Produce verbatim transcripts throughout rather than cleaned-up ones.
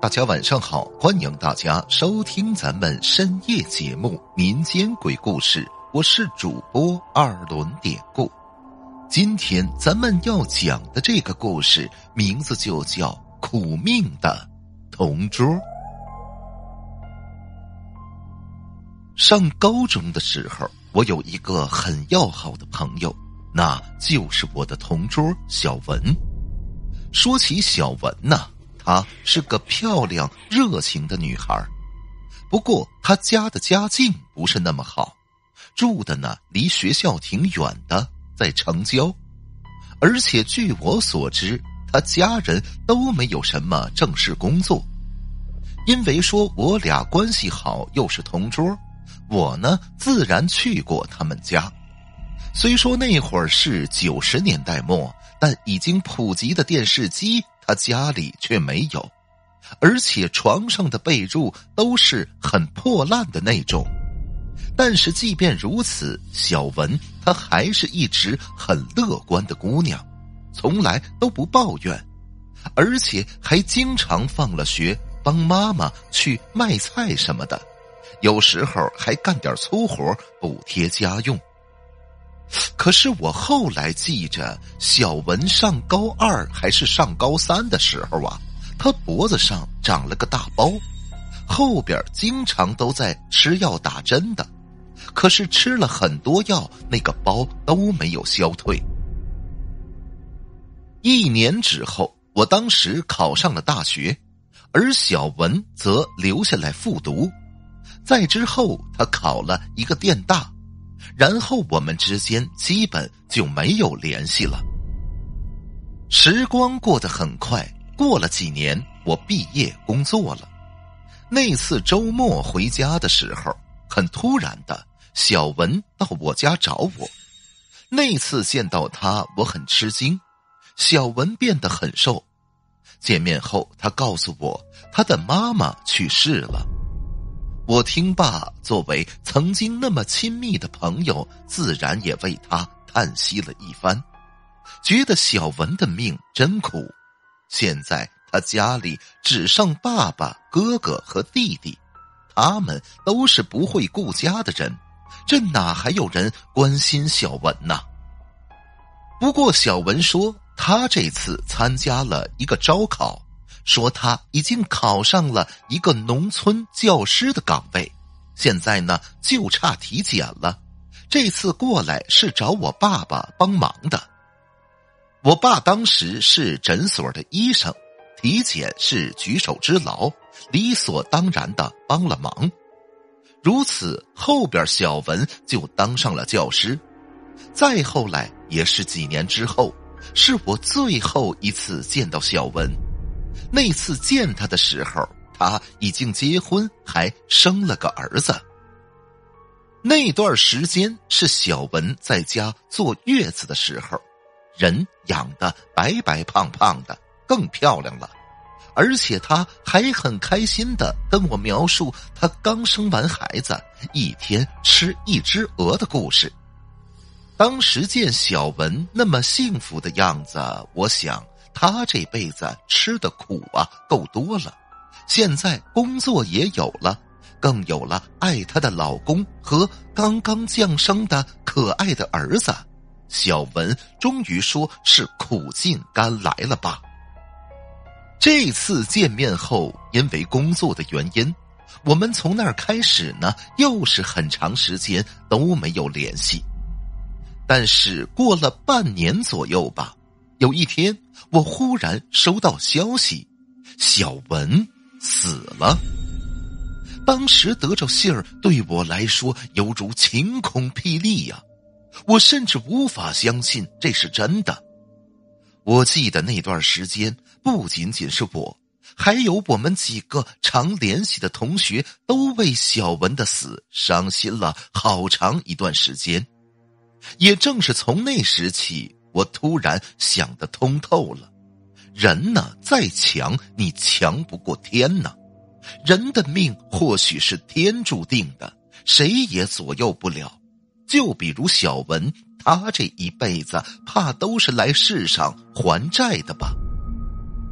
大家晚上好，欢迎大家收听咱们深夜节目《民间鬼故事》，我是主播二轮典故。今天咱们要讲的这个故事名字就叫苦命的同桌。上高中的时候，我有一个很要好的朋友，那就是我的同桌小文。说起小文呢，她是个漂亮热情的女孩，不过她家的家境不是那么好，住的呢离学校挺远的，在城郊。而且据我所知，她家人都没有什么正式工作。因为说我俩关系好，又是同桌，我呢自然去过他们家。虽说那会儿是九十年代末，但已经普及的电视机他家里却没有，而且床上的被褥都是很破烂的那种。但是即便如此，小文她还是一直很乐观的姑娘，从来都不抱怨，而且还经常放了学帮妈妈去卖菜什么的，有时候还干点粗活补贴家用。可是我后来记着，小文上高二还是上高三的时候啊，她脖子上长了个大包，后边经常都在吃药打针的，可是吃了很多药，那个包都没有消退。一年之后，我当时考上了大学，而小文则留下来复读。再之后，她考了一个电大，然后我们之间基本就没有联系了。时光过得很快，过了几年，我毕业工作了。那次周末回家的时候，很突然的，小文到我家找我。那次见到她，我很吃惊，小文变得很瘦。见面后，她告诉我，她的妈妈去世了。我听罢，作为曾经那么亲密的朋友，自然也为他叹息了一番，觉得小文的命真苦。现在他家里只剩爸爸、哥哥和弟弟，他们都是不会顾家的人，这哪还有人关心小文呢？不过小文说，他这次参加了一个招考，说他已经考上了一个农村教师的岗位，现在呢就差体检了，这次过来是找我爸爸帮忙的。我爸当时是诊所的医生，体检是举手之劳，理所当然的帮了忙。如此后边小文就当上了教师。再后来也是几年之后，是我最后一次见到小文。那次见他的时候，他已经结婚，还生了个儿子。那段时间是小文在家坐月子的时候，人养得白白胖胖的，更漂亮了。而且他还很开心地跟我描述他刚生完孩子，一天吃一只鹅的故事。当时见小文那么幸福的样子，我想她这辈子吃的苦啊够多了，现在工作也有了，更有了爱她的老公和刚刚降生的可爱的儿子。小文终于说是苦尽甘来了吧。这次见面后，因为工作的原因，我们从那儿开始呢，又是很长时间都没有联系。但是过了半年左右吧，有一天我忽然收到消息，小文死了。当时得着信儿，对我来说犹如晴空霹雳呀、啊！我甚至无法相信这是真的。我记得那段时间，不仅仅是我，还有我们几个常联系的同学都为小文的死伤心了好长一段时间。也正是从那时起，我突然想得通透了，人呢再强，你强不过天呢。人的命或许是天注定的，谁也左右不了。就比如小文，他这一辈子怕都是来世上还债的吧。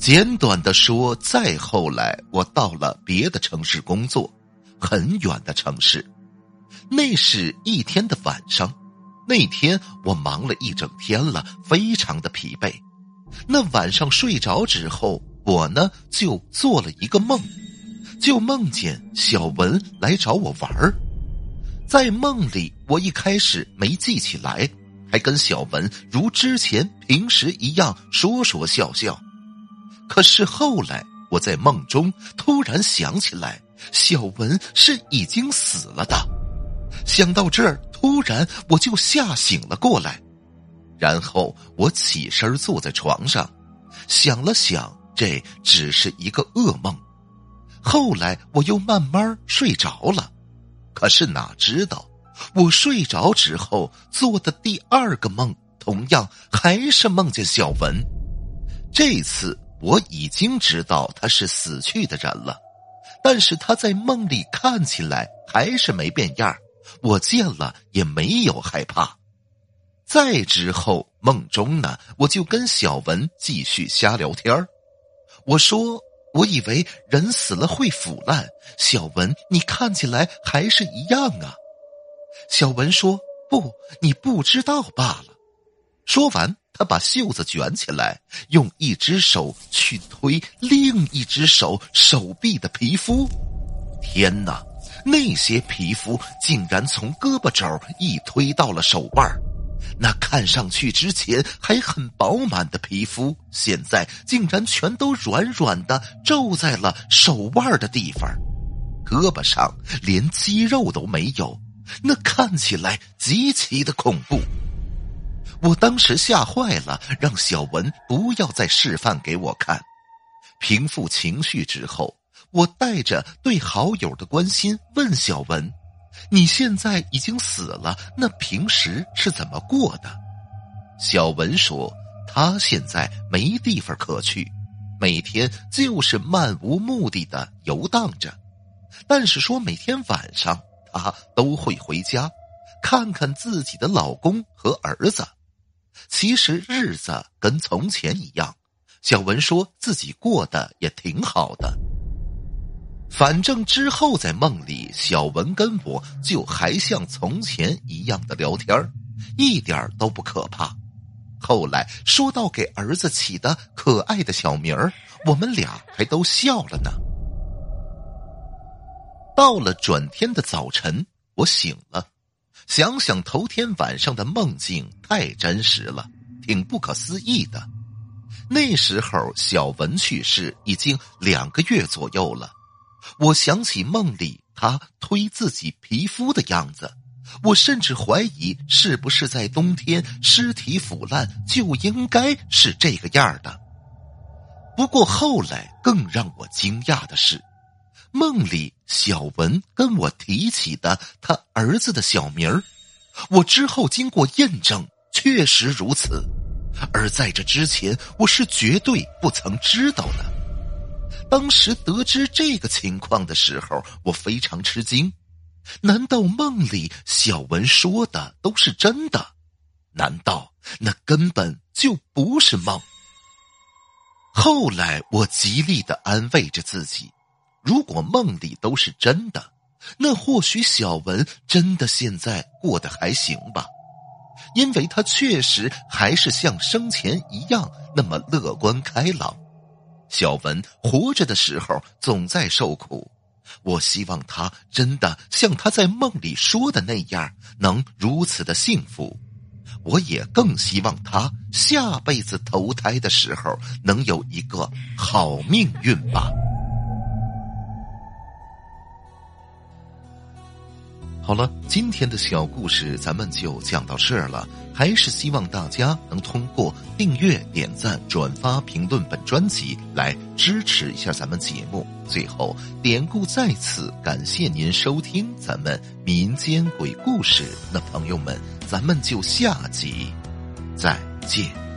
简短的说，再后来我到了别的城市工作，很远的城市。那是一天的晚上，那天我忙了一整天了，非常的疲惫。那晚上睡着之后，我呢就做了一个梦，就梦见小文来找我玩儿。在梦里，我一开始没记起来，还跟小文如之前平时一样说说笑笑。可是后来我在梦中突然想起来，小文是已经死了的。想到这儿，突然我就吓醒了过来，然后我起身坐在床上，想了想，这只是一个噩梦。后来我又慢慢睡着了，可是哪知道我睡着之后做的第二个梦，同样还是梦见小文。这次我已经知道他是死去的人了，但是他在梦里看起来还是没变样，我见了也没有害怕。再之后梦中呢，我就跟小文继续瞎聊天。我说我以为人死了会腐烂，小文你看起来还是一样啊。小文说不，你不知道罢了。说完他把袖子卷起来，用一只手去推另一只手手臂的皮肤。天哪，那些皮肤竟然从胳膊肘一推到了手腕，那看上去之前还很饱满的皮肤，现在竟然全都软软的皱在了手腕的地方，胳膊上连肌肉都没有，那看起来极其的恐怖。我当时吓坏了，让小文不要再示范给我看。平复情绪之后，我带着对好友的关心问小文，你现在已经死了，那平时是怎么过的？小文说他现在没地方可去，每天就是漫无目的的游荡着，但是说每天晚上他都会回家看看自己的老公和儿子。其实日子跟从前一样，小文说自己过得也挺好的。反正之后在梦里，小文跟我就还像从前一样的聊天，一点都不可怕。后来说到给儿子起的可爱的小名儿，我们俩还都笑了呢。到了转天的早晨，我醒了，想想头天晚上的梦境太真实了，挺不可思议的。那时候小文去世已经两个月左右了，我想起梦里他推自己皮肤的样子，我甚至怀疑是不是在冬天尸体腐烂就应该是这个样的。不过后来更让我惊讶的是，梦里小文跟我提起的他儿子的小名儿，我之后经过验证确实如此，而在这之前我是绝对不曾知道的。当时得知这个情况的时候，我非常吃惊，难道梦里小文说的都是真的？难道那根本就不是梦？后来我极力地安慰着自己，如果梦里都是真的，那或许小文真的现在过得还行吧，因为他确实还是像生前一样那么乐观开朗。小文活着的时候总在受苦，我希望他真的像他在梦里说的那样，能如此的幸福。我也更希望他下辈子投胎的时候能有一个好命运吧。好了，今天的小故事咱们就讲到这儿了，还是希望大家能通过订阅、点赞、转发、评论本专辑来支持一下咱们节目。最后，典故在此感谢您收听咱们民间鬼故事，那朋友们，咱们就下集再见。